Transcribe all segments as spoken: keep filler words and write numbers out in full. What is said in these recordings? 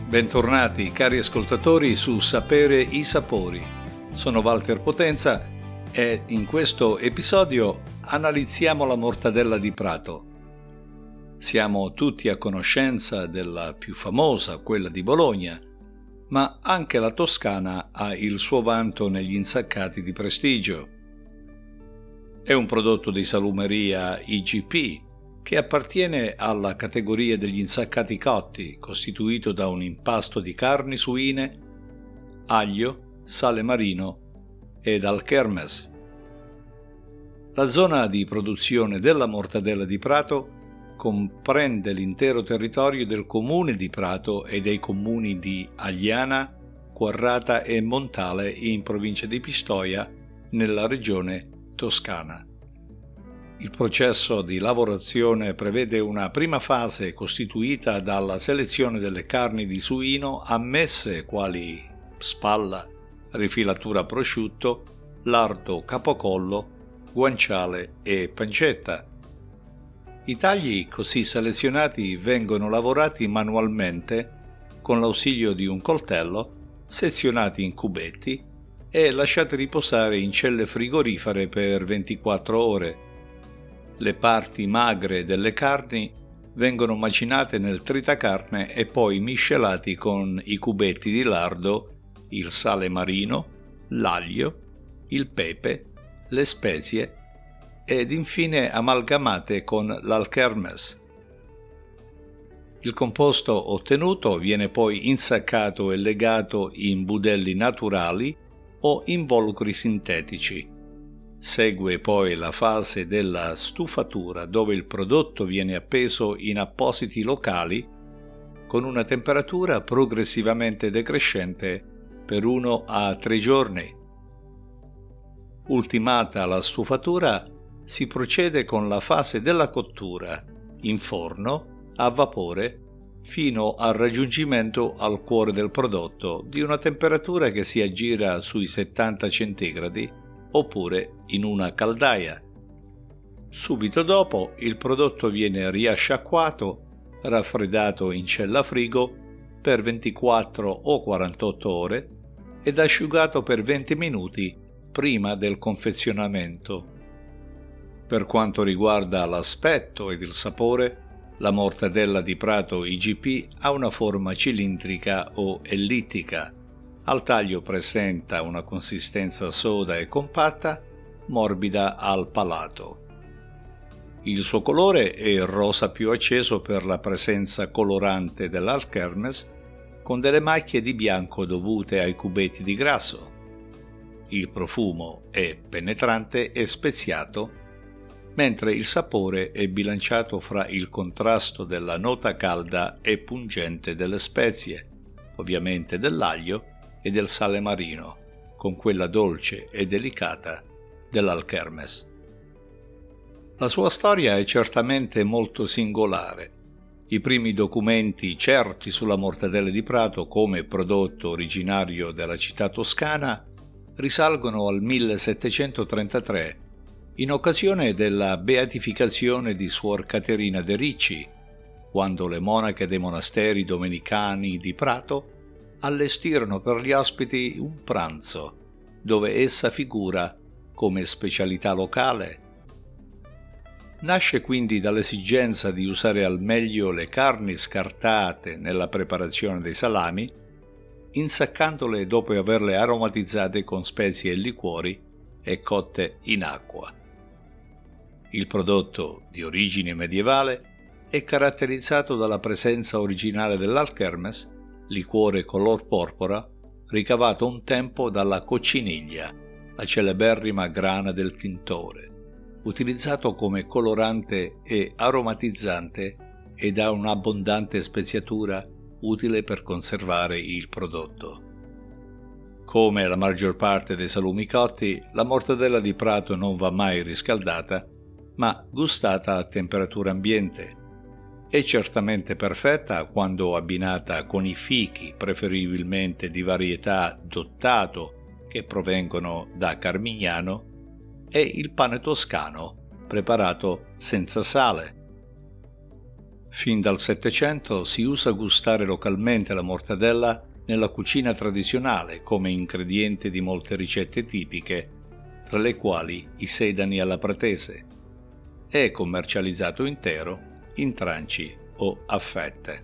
Bentornati cari ascoltatori su Sapere i Sapori. Sono Walter Potenza e in questo episodio analizziamo la mortadella di Prato. Siamo tutti a conoscenza della più famosa, quella di Bologna, ma anche la Toscana ha il suo vanto negli insaccati di prestigio. È un prodotto di salumeria I G P che appartiene alla categoria degli insaccati cotti, costituito da un impasto di carni suine, aglio, sale marino ed alchermes. La zona di produzione della mortadella di Prato comprende l'intero territorio del comune di Prato e dei comuni di Agliana, Quarrata e Montale in provincia di Pistoia, nella regione Toscana. Il processo di lavorazione prevede una prima fase costituita dalla selezione delle carni di suino ammesse quali spalla, rifilatura prosciutto, lardo capocollo, guanciale e pancetta. I tagli così selezionati vengono lavorati manualmente con l'ausilio di un coltello, sezionati in cubetti e lasciati riposare in celle frigorifere per ventiquattro ore. Le parti magre delle carni vengono macinate nel tritacarne e poi miscelati con i cubetti di lardo, il sale marino, l'aglio, il pepe, le spezie ed infine amalgamate con l'alchermes. Il composto ottenuto viene poi insaccato e legato in budelli naturali o involucri sintetici. Segue poi la fase della stufatura, dove il prodotto viene appeso in appositi locali con una temperatura progressivamente decrescente per uno a tre giorni. Ultimata la stufatura, si procede con la fase della cottura in forno a vapore fino al raggiungimento al cuore del prodotto di una temperatura che si aggira sui settanta centigradi oppure in una caldaia. Subito dopo il prodotto viene riasciacquato, raffreddato in cella frigo per ventiquattro o quarantotto ore ed asciugato per venti minuti prima del confezionamento. Per quanto riguarda l'aspetto ed il sapore, la mortadella di Prato I G P ha una forma cilindrica o ellittica. Al taglio presenta una consistenza soda e compatta, morbida al palato. Il suo colore è il rosa più acceso per la presenza colorante dell'alchermes, con delle macchie di bianco dovute ai cubetti di grasso. Il profumo è penetrante e speziato, mentre il sapore è bilanciato fra il contrasto della nota calda e pungente delle spezie, ovviamente dell'aglio e del sale marino, con quella dolce e delicata dell'alchermes. La sua storia è certamente molto singolare. I primi documenti certi sulla mortadella di Prato come prodotto originario della città toscana risalgono al millesettecentotrentatré, in occasione della beatificazione di Suor Caterina de' Ricci, quando le monache dei monasteri domenicani di Prato allestirono per gli ospiti un pranzo, dove essa figura come specialità locale. Nasce quindi dall'esigenza di usare al meglio le carni scartate nella preparazione dei salami, insaccandole dopo averle aromatizzate con spezie e liquori e cotte in acqua. Il prodotto, di origine medievale, è caratterizzato dalla presenza originale dell'alchermes, liquore color porpora, ricavato un tempo dalla cocciniglia, la celeberrima grana del tintore, utilizzato come colorante e aromatizzante ed ha un'abbondante speziatura utile per conservare il prodotto. Come la maggior parte dei salumi cotti, la mortadella di Prato non va mai riscaldata, ma gustata a temperatura ambiente. È certamente perfetta quando abbinata con i fichi, preferibilmente di varietà dottato che provengono da Carmignano, e il pane toscano preparato senza sale. Fin dal Settecento si usa gustare localmente la mortadella nella cucina tradizionale come ingrediente di molte ricette tipiche, tra le quali i sedani alla pratese. È commercializzato intero, in tranci o a fette.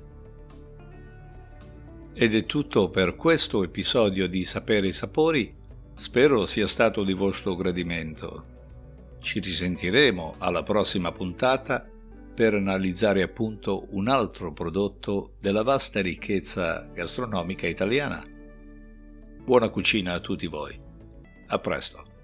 Ed è tutto per questo episodio di Sapere i Sapori, spero sia stato di vostro gradimento. Ci risentiremo alla prossima puntata per analizzare appunto un altro prodotto della vasta ricchezza gastronomica italiana. Buona cucina a tutti voi. A presto.